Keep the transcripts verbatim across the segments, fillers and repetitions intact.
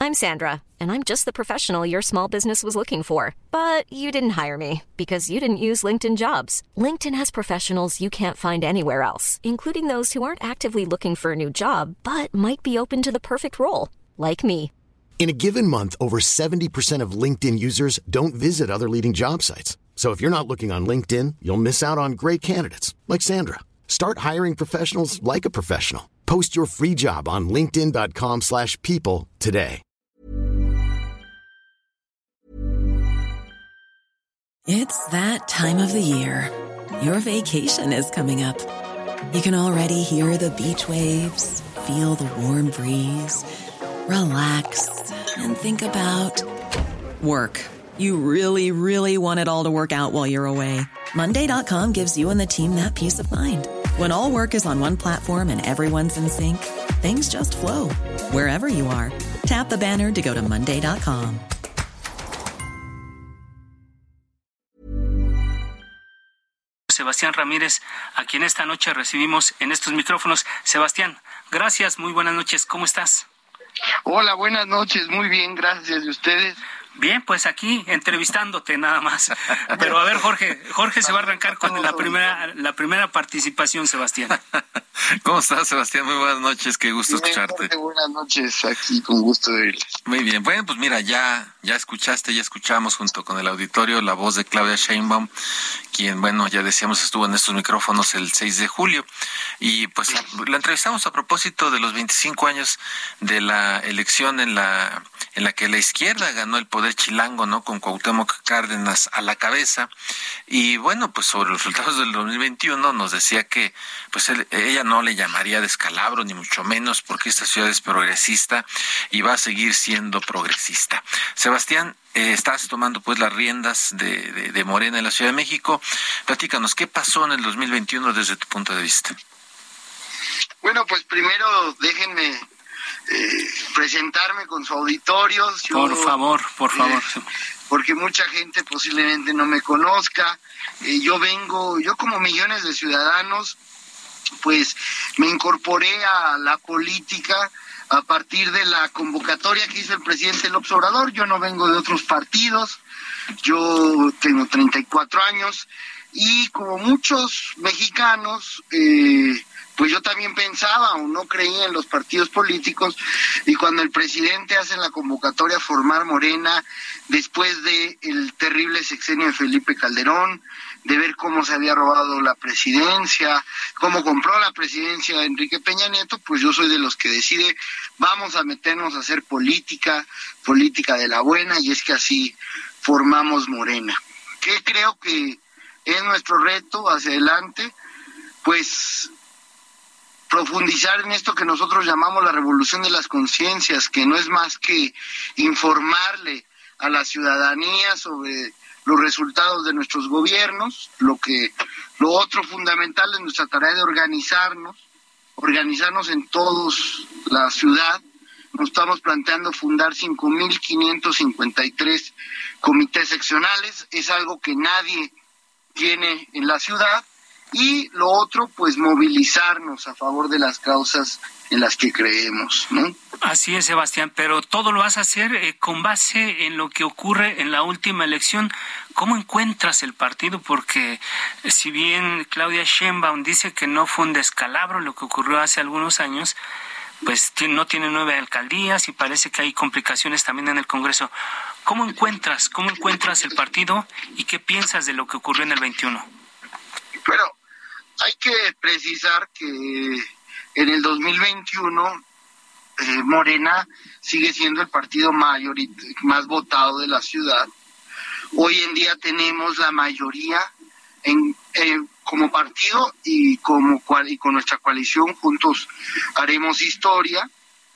I'm Sandra, and I'm just the professional your small business was looking for. But you didn't hire me because you didn't use LinkedIn Jobs. LinkedIn has professionals you can't find anywhere else, including those who aren't actively looking for a new job, but might be open to the perfect role, like me. In a given month, over seventy percent of LinkedIn users don't visit other leading job sites. So if you're not looking on LinkedIn, you'll miss out on great candidates like Sandra. Start hiring professionals like a professional. Post your free job on linkedin.com slash people today. It's that time of the year. Your vacation is coming up. You can already hear the beach waves, feel the warm breeze, relax, and think about work. You really, really want it all to work out while you're away. Monday dot com gives you and the team that peace of mind. When all work is on one platform and everyone's in sync, things just flow. Wherever you are, tap the banner to go to monday dot com. Sebastián Ramírez, a quien esta noche recibimos en estos micrófonos. Sebastián, gracias, muy buenas noches, ¿cómo estás? Hola, buenas noches, muy bien, gracias. ¿Y ustedes? Bien, pues aquí entrevistándote nada más. Pero a ver, Jorge, Jorge se va a arrancar con la primera, la primera participación, Sebastián. ¿Cómo estás, Sebastián? Muy buenas noches, qué gusto bien, escucharte. Jorge, buenas noches, aquí con gusto de verles. Muy bien, bueno, pues mira, ya, ya escuchaste, ya escuchamos junto con el auditorio la voz de Claudia Sheinbaum, quien, bueno, ya decíamos, estuvo en estos micrófonos el seis de julio, y pues la entrevistamos a propósito de los veinticinco años de la elección en la en la que la izquierda ganó el poder chilango, ¿no? Con Cuauhtémoc Cárdenas a la cabeza. Y bueno, pues sobre los resultados del dos mil veintiuno nos decía que pues él, ella no le llamaría descalabro, ni mucho menos, porque esta ciudad es progresista y va a seguir siendo progresista. Sebastián, eh, estás tomando pues las riendas de, de, de Morena en la Ciudad de México. Platícanos, ¿qué pasó en el dos mil veintiuno desde tu punto de vista? Bueno, pues primero déjenme Eh, presentarme con su auditorio. Yo, por favor, por favor. Eh, porque mucha gente posiblemente no me conozca. Eh, yo vengo, yo como millones de ciudadanos, pues me incorporé a la política a partir de la convocatoria que hizo el presidente López Obrador. Yo no vengo de otros partidos, yo tengo treinta y cuatro años y como muchos mexicanos, eh, pues yo también pensaba o no creía en los partidos políticos, y cuando el presidente hace la convocatoria a formar Morena, después de el terrible sexenio de Felipe Calderón, de ver cómo se había robado la presidencia, cómo compró la presidencia de Enrique Peña Nieto, pues yo soy de los que decide, vamos a meternos a hacer política, política de la buena, y es que así formamos Morena. ¿Qué creo que es nuestro reto hacia adelante? Pues profundizar en esto que nosotros llamamos la revolución de las conciencias, que no es más que informarle a la ciudadanía sobre los resultados de nuestros gobiernos. Lo que, lo otro fundamental es nuestra tarea de organizarnos, organizarnos en todos la ciudad. Nos estamos planteando fundar cinco mil quinientos cincuenta y tres comités seccionales, es algo que nadie tiene en la ciudad. Y lo otro, pues movilizarnos a favor de las causas en las que creemos, ¿no? Así es, Sebastián, pero todo lo vas a hacer eh, con base en lo que ocurre en la última elección. ¿Cómo encuentras el partido? Porque eh, si bien Claudia Sheinbaum dice que no fue un descalabro lo que ocurrió hace algunos años, pues no tiene nueve alcaldías y parece que hay complicaciones también en el Congreso. ¿Cómo encuentras, cómo encuentras el partido y qué piensas de lo que ocurrió en el veintiuno? Bueno, hay que precisar que en el dos mil veintiuno eh, Morena sigue siendo el partido mayorit- más votado de la ciudad. Hoy en día tenemos la mayoría en, eh, como partido y como cual, y con nuestra coalición juntos haremos historia.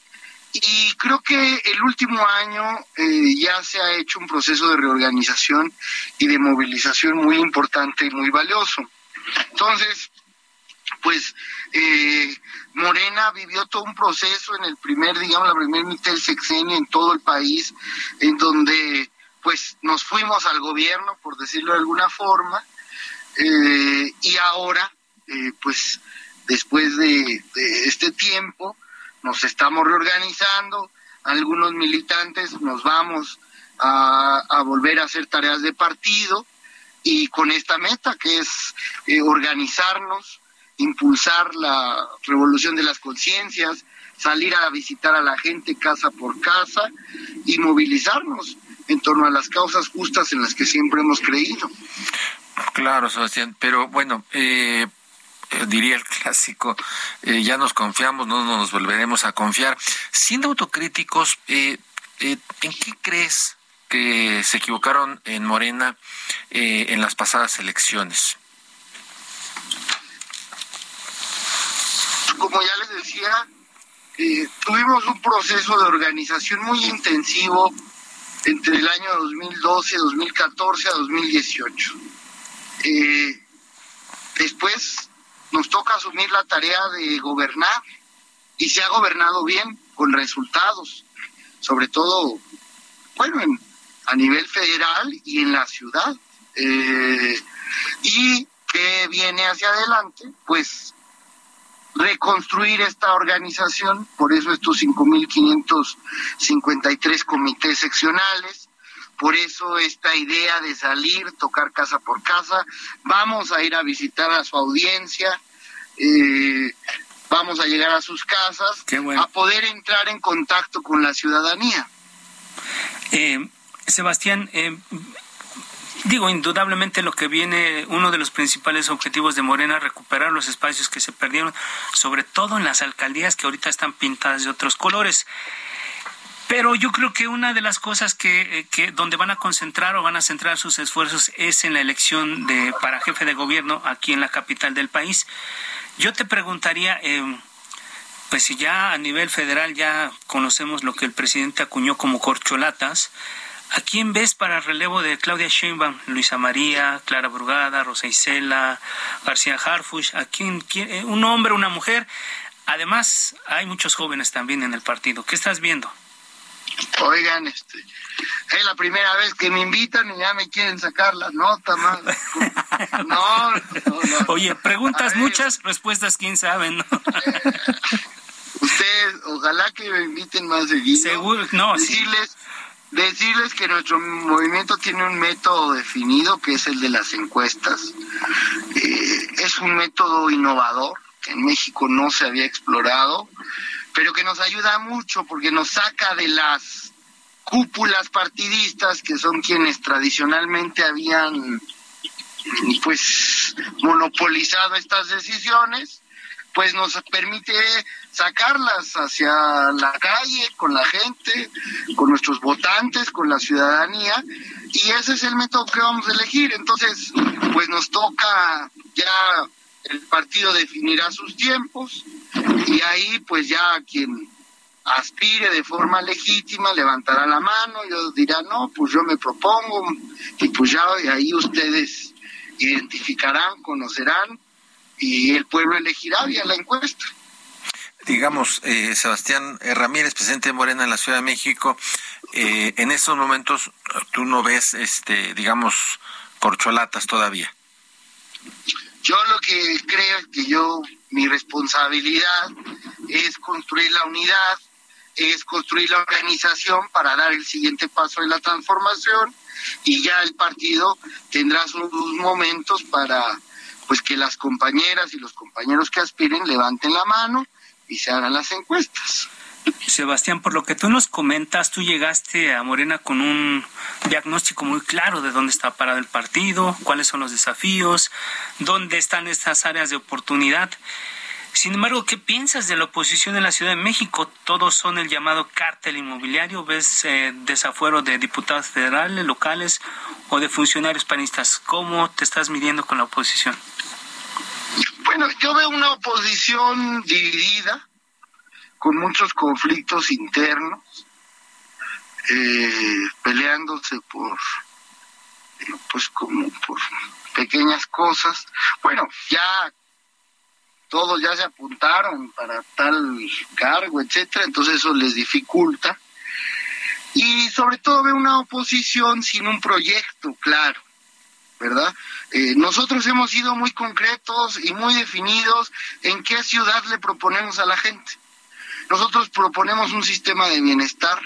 Y creo que el último año eh, ya se ha hecho un proceso de reorganización y de movilización muy importante y muy valioso. Entonces, pues eh, Morena vivió todo un proceso en el primer, digamos, la primera mitad del sexenio en todo el país, en donde pues nos fuimos al gobierno, por decirlo de alguna forma, eh, y ahora, eh, pues después de, de este tiempo, nos estamos reorganizando, algunos militantes nos vamos a, a volver a hacer tareas de partido y con esta meta que es eh, organizarnos, impulsar la revolución de las conciencias, salir a visitar a la gente casa por casa y movilizarnos en torno a las causas justas en las que siempre hemos creído. Claro, Sebastián, pero bueno, eh, eh, diría el clásico, eh, ya nos confiamos, no nos volveremos a confiar. Siendo autocríticos, eh, eh, ¿en qué crees que se equivocaron en Morena eh, en las pasadas elecciones? Como ya les decía, eh, tuvimos un proceso de organización muy intensivo entre el año dos mil doce, dos mil catorce a dos mil dieciocho. Eh, después nos toca asumir la tarea de gobernar y se ha gobernado bien, con resultados, sobre todo, bueno, en, a nivel federal y en la ciudad. Eh, y que viene hacia adelante, pues reconstruir esta organización, por eso estos cinco mil quinientos cincuenta y tres comités seccionales, por eso esta idea de salir, tocar casa por casa, vamos a ir a visitar a su audiencia, eh, vamos a llegar a sus casas, bueno, a poder entrar en contacto con la ciudadanía. Eh, Sebastián, eh, digo, indudablemente lo que viene, uno de los principales objetivos de Morena, recuperar los espacios que se perdieron, sobre todo en las alcaldías que ahorita están pintadas de otros colores. Pero yo creo que una de las cosas que, que donde van a concentrar o van a centrar sus esfuerzos es en la elección de para jefe de gobierno aquí en la capital del país. Yo te preguntaría, eh, pues si ya a nivel federal ya conocemos lo que el presidente acuñó como corcholatas, ¿a quién ves para el relevo de Claudia Sheinbaum? Luisa María, Clara Brugada, Rosa Isela, García Harfuch, ¿a quién, quién, un hombre, una mujer? Además, hay muchos jóvenes también en el partido. ¿Qué estás viendo? Oigan, este, es la primera vez que me invitan y ya me quieren sacar la nota, más. No, no, no. Oye, preguntas muchas, respuestas quién sabe, ¿no? Ustedes, ojalá que me inviten más seguido. Seguro, no, decirles, sí. Decirles que nuestro movimiento tiene un método definido, que es el de las encuestas. Eh, es un método innovador, que en México no se había explorado, pero que nos ayuda mucho porque nos saca de las cúpulas partidistas, que son quienes tradicionalmente habían pues monopolizado estas decisiones, pues nos permite sacarlas hacia la calle, con la gente, con nuestros votantes, con la ciudadanía, y ese es el método que vamos a elegir. Entonces, pues nos toca ya, el partido definirá sus tiempos, y ahí pues ya quien aspire de forma legítima levantará la mano, yo dirá, no, pues yo me propongo, y pues ya ahí ustedes identificarán, conocerán, y el pueblo elegirá vía la encuesta. Digamos, eh, Sebastián Ramírez, presidente de Morena en la Ciudad de México, eh, en estos momentos tú no ves, este, digamos, corcholatas todavía. Yo lo que creo es que yo, mi responsabilidad es construir la unidad, es construir la organización para dar el siguiente paso de la transformación, y ya el partido tendrá sus momentos para pues que las compañeras y los compañeros que aspiren levanten la mano y se hagan las encuestas. Sebastián, por lo que tú nos comentas, tú llegaste a Morena con un diagnóstico muy claro de dónde está parado el partido, cuáles son los desafíos, dónde están estas áreas de oportunidad. Sin embargo, ¿qué piensas de la oposición en la Ciudad de México? Todos son el llamado cártel inmobiliario. ¿Ves eh, desafuero de diputados federales, locales o de funcionarios panistas? ¿Cómo te estás midiendo con la oposición? Bueno, yo veo una oposición dividida, con muchos conflictos internos, eh, peleándose por, pues como por pequeñas cosas. Bueno, ya todos ya se apuntaron para tal cargo, etcétera, entonces eso les dificulta. Y sobre todo veo una oposición sin un proyecto claro, ¿verdad? Eh, nosotros hemos sido muy concretos y muy definidos en qué ciudad le proponemos a la gente. Nosotros proponemos un sistema de bienestar.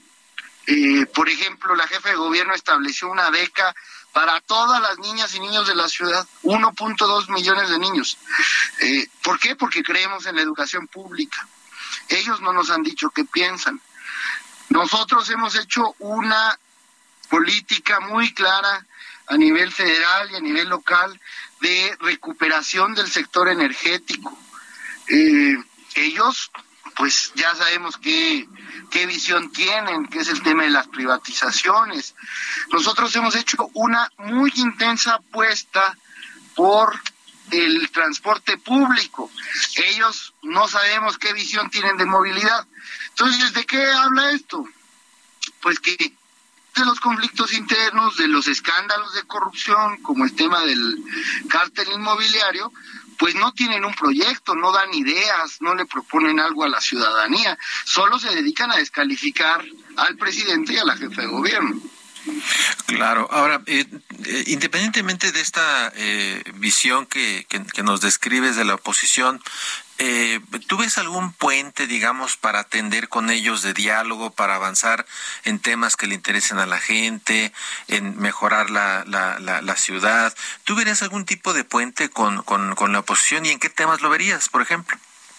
Eh, por ejemplo, la jefa de gobierno estableció una beca para todas las niñas y niños de la ciudad, uno punto dos millones de niños. Eh, ¿Por qué? Porque creemos en la educación pública. Ellos no nos han dicho qué piensan. Nosotros hemos hecho una política muy clara a nivel federal y a nivel local de recuperación del sector energético. Eh, ellos, pues ya sabemos qué, qué visión tienen, que es el tema de las privatizaciones. Nosotros hemos hecho una muy intensa apuesta por el transporte público. Ellos no sabemos qué visión tienen de movilidad. Entonces, ¿de qué habla esto? Pues que de los conflictos internos, de los escándalos de corrupción, como el tema del cártel inmobiliario, pues no tienen un proyecto, no dan ideas, no le proponen algo a la ciudadanía, solo se dedican a descalificar al presidente y a la jefa de gobierno. Claro, ahora, eh, eh, independientemente de esta eh, visión que, que, que nos describes de la oposición, eh, ¿tú ves algún puente, digamos, para atender con ellos de diálogo, para avanzar en temas que le interesen a la gente, en mejorar la, la, la, la ciudad? ¿Tú verías algún tipo de puente con, con, con la oposición y en qué temas lo verías, por ejemplo?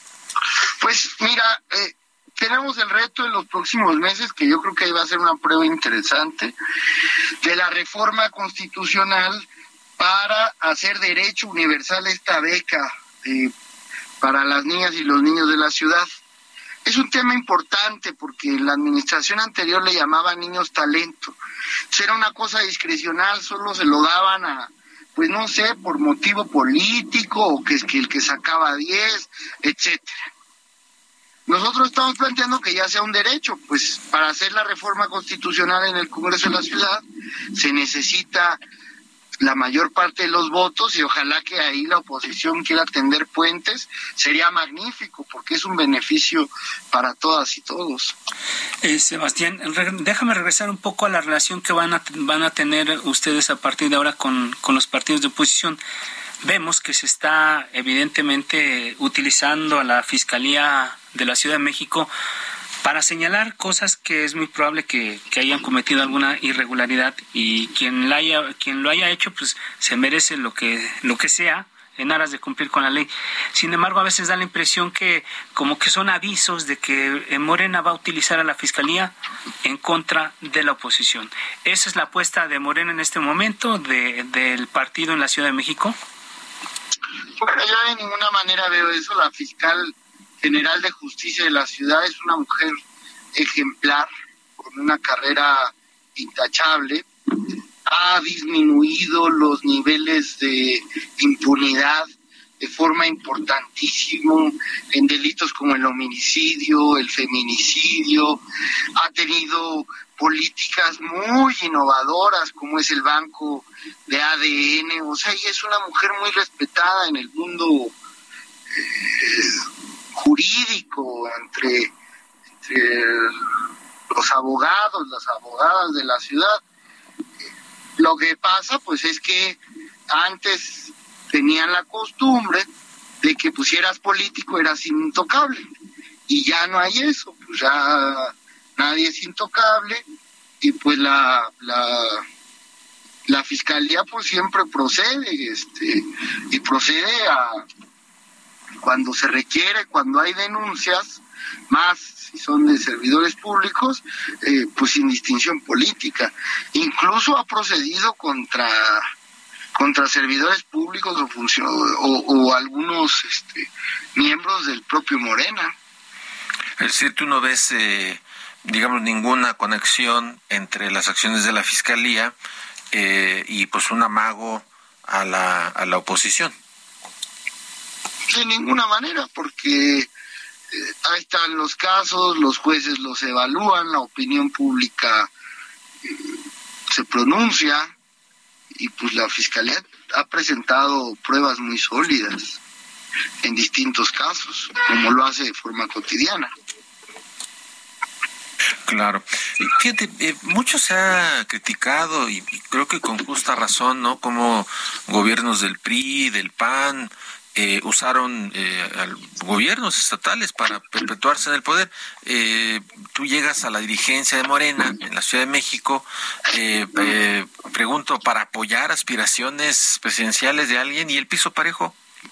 Pues mira, eh, tenemos el reto en los próximos meses, que yo creo que ahí va a ser una prueba interesante, de la reforma constitucional para hacer derecho universal esta beca eh, para las niñas y los niños de la ciudad. Es un tema importante porque la administración anterior le llamaba niños talento. Era una cosa discrecional, solo se lo daban a, pues no sé, por motivo político, o que es que el que sacaba diez, etcétera. Nosotros estamos planteando que ya sea un derecho, pues para hacer la reforma constitucional en el Congreso de la Ciudad se necesita la mayor parte de los votos y ojalá que ahí la oposición quiera tender puentes, sería magnífico porque es un beneficio para todas y todos. Eh, Sebastián, re- déjame regresar un poco a la relación que van a, van a tener ustedes a partir de ahora con, con los partidos de oposición. Vemos que se está evidentemente utilizando a la Fiscalía de la Ciudad de México para señalar cosas que es muy probable que, que hayan cometido alguna irregularidad, y quien la haya, quien lo haya hecho, pues se merece lo que, lo que sea en aras de cumplir con la ley. Sin embargo, a veces da la impresión que como que son avisos de que Morena va a utilizar a la Fiscalía en contra de la oposición. ¿Esa es la apuesta de Morena en este momento, de, del partido en la Ciudad de México? Bueno, yo de ninguna manera veo eso. La fiscal general de justicia de la ciudad es una mujer ejemplar, con una carrera intachable. Ha disminuido los niveles de impunidad de forma importantísima en delitos como el homicidio, el feminicidio. Ha tenido políticas muy innovadoras como es el banco de A D N, o sea, y es una mujer muy respetada en el mundo eh, jurídico, entre, entre los abogados, las abogadas de la ciudad. Lo que pasa pues es que antes tenían la costumbre de que pues si eras político eras intocable, y ya no hay eso, pues ya nadie es intocable, y pues la la la fiscalía pues siempre procede, este, y procede a cuando se requiere, cuando hay denuncias, más si son de servidores públicos, eh, pues sin distinción política. Incluso ha procedido contra contra servidores públicos o, funcio- o, o algunos este, miembros del propio Morena. Es decir, tú no ves, eh, digamos, ninguna conexión entre las acciones de la Fiscalía eh, y pues un amago a la, a la oposición. De ninguna manera, porque eh, ahí están los casos, los jueces los evalúan, la opinión pública eh, se pronuncia, y pues la Fiscalía ha presentado pruebas muy sólidas en distintos casos, como lo hace de forma cotidiana. Claro. Fíjate, eh, mucho se ha criticado, y, y creo que con justa razón, ¿no? Como gobiernos del P R I, del P A N, eh, usaron eh, al, gobiernos estatales para perpetuarse en el poder. Eh, tú llegas a la dirigencia de Morena en la Ciudad de México, eh, eh, pregunto, ¿para apoyar aspiraciones presidenciales de alguien y el piso parejo?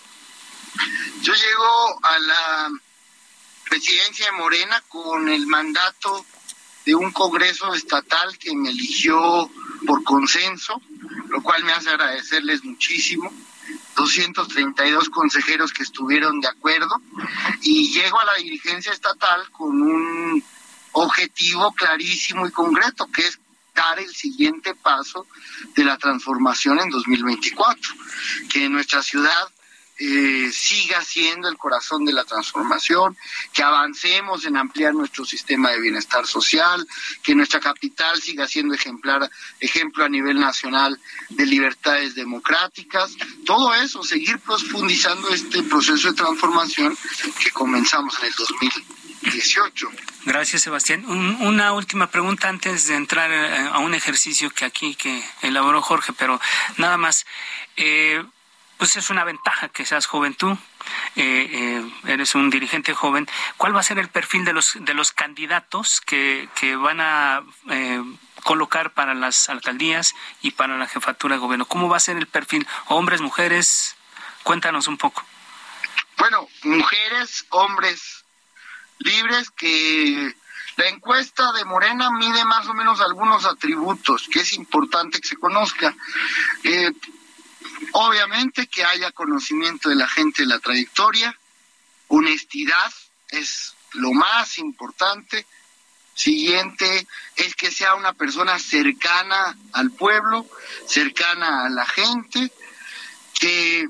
Yo llego a la presidencia de Morena con el mandato de un congreso estatal que me eligió por consenso, lo cual me hace agradecerles muchísimo. doscientos treinta y dos consejeros que estuvieron de acuerdo, y llego a la dirigencia estatal con un objetivo clarísimo y concreto, que es dar el siguiente paso de la transformación en dos mil veinticuatro, que nuestra ciudad Eh, siga siendo el corazón de la transformación, que avancemos en ampliar nuestro sistema de bienestar social, que nuestra capital siga siendo ejemplar, ejemplo a nivel nacional de libertades democráticas. Todo eso, seguir profundizando este proceso de transformación que comenzamos en el dos mil dieciocho. Gracias, Sebastián. Un, una última pregunta antes de entrar a un ejercicio que aquí que elaboró Jorge, pero nada más. Eh, Pues es una ventaja que seas joven tú, eh, eh, eres un dirigente joven. ¿Cuál va a ser el perfil de los de los candidatos que, que van a eh, colocar para las alcaldías y para la jefatura de gobierno? ¿Cómo va a ser el perfil? ¿Hombres, mujeres? Cuéntanos un poco. Bueno, mujeres, hombres libres, que la encuesta de Morena mide más o menos algunos atributos que es importante que se conozca. Eh, Obviamente que haya conocimiento de la gente, de la trayectoria, honestidad es lo más importante. Siguiente es que sea una persona cercana al pueblo, cercana a la gente, que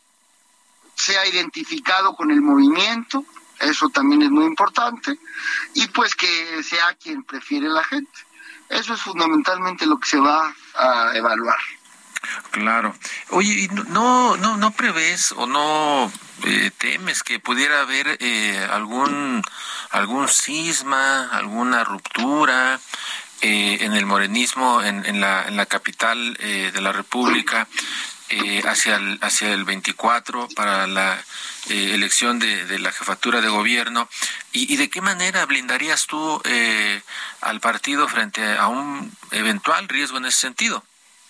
sea identificado con el movimiento, eso también es muy importante, y pues que sea quien prefiere la gente. Eso es fundamentalmente lo que se va a evaluar. Claro. Oye, ¿no no no prevés o no eh, temes que pudiera haber eh, algún algún cisma, alguna ruptura eh, en el morenismo en, en la en la capital eh, de la República eh, hacia el hacia el veinticuatro para la eh, elección de, de la jefatura de gobierno? ¿Y, y de qué manera blindarías tú eh, al partido frente a un eventual riesgo en ese sentido?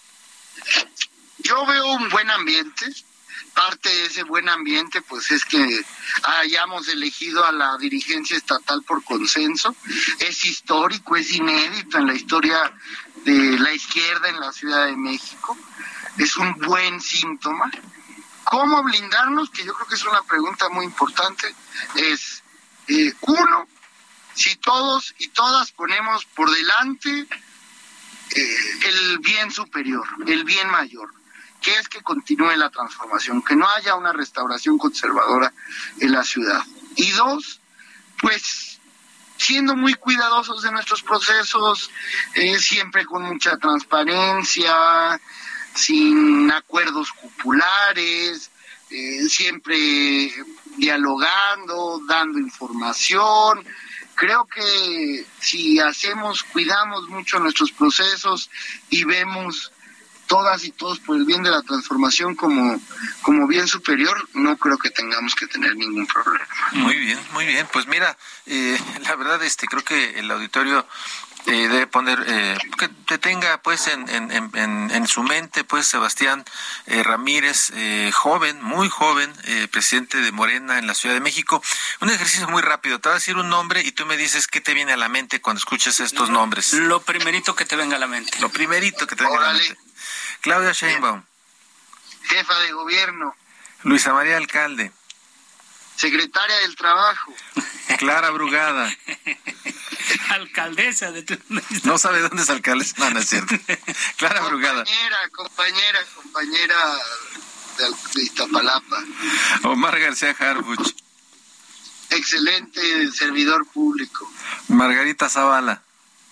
Yo veo un buen ambiente. Parte de ese buen ambiente pues es que hayamos elegido a la dirigencia estatal por consenso. Es histórico, es inédito en la historia de la izquierda en la Ciudad de México. Es un buen síntoma. ¿Cómo blindarnos? Que yo creo que es una pregunta muy importante. Es, eh, uno, si todos y todas ponemos por delante Eh, el bien superior, el bien mayor, que es que continúe la transformación, que no haya una restauración conservadora en la ciudad. Y dos, pues siendo muy cuidadosos de nuestros procesos, eh, siempre con mucha transparencia, sin acuerdos cupulares, eh, siempre dialogando, dando información. Creo que si hacemos, cuidamos mucho nuestros procesos y vemos todas y todos por el bien de la transformación como, como bien superior, no creo que tengamos que tener ningún problema. Muy bien, muy bien. Pues mira, eh, la verdad, este, creo que el auditorio eh, debe poner, eh, que te tenga pues en, en, en, en su mente, pues Sebastián eh, Ramírez, eh, joven, muy joven, eh, presidente de Morena en la Ciudad de México. Un ejercicio muy rápido, te voy a decir un nombre y tú me dices qué te viene a la mente cuando escuches estos nombres. Lo primerito que te venga a la mente. Lo primerito que te venga Órale. a la mente. Claudia Sheinbaum. Jefa de gobierno. Luisa María Alcalde. Secretaria del Trabajo. Clara Brugada. Alcaldesa de tu... No sabe dónde es alcaldesa. No, no es cierto. Clara Brugada. Compañera, compañera, compañera de, de Iztapalapa. Omar García Harfuch. Excelente servidor público. Margarita Zavala.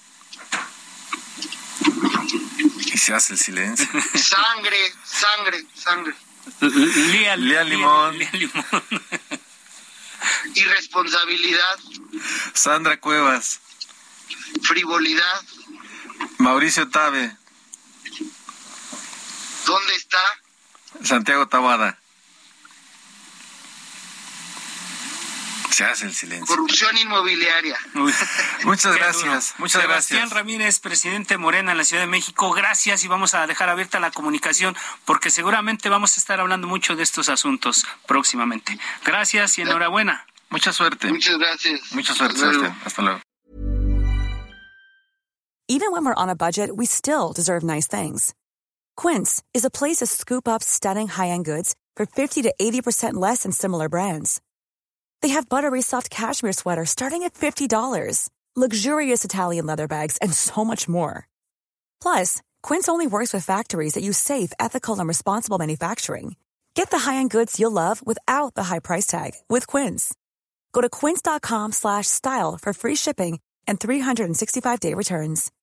Y se hace el silencio. Sangre, sangre, sangre. Lía, Lía Limón. Lía Limón. Irresponsabilidad. Sandra Cuevas. Frivolidad. Mauricio Tabe. ¿Dónde está? Santiago Taboada. Se hace el silencio. Corrupción inmobiliaria. Uy, muchas gracias. Muchas Sebastián gracias. Ramírez, presidente Morena en la Ciudad de México, gracias, y vamos a dejar abierta la comunicación porque seguramente vamos a estar hablando mucho de estos asuntos próximamente. Gracias y enhorabuena. Mucha suerte. Muchas gracias. Mucha suerte, Hasta luego. Sebastián. Hasta luego. Even when we're on a budget, we still deserve nice things. Quince is a place to scoop up stunning high-end goods for fifty to eighty percent less than similar brands. They have buttery soft cashmere sweaters starting at fifty dollars, luxurious Italian leather bags, and so much more. Plus, Quince only works with factories that use safe, ethical, and responsible manufacturing. Get the high-end goods you'll love without the high price tag with Quince. Go to quince.com slash style for free shipping and three sixty-five day returns.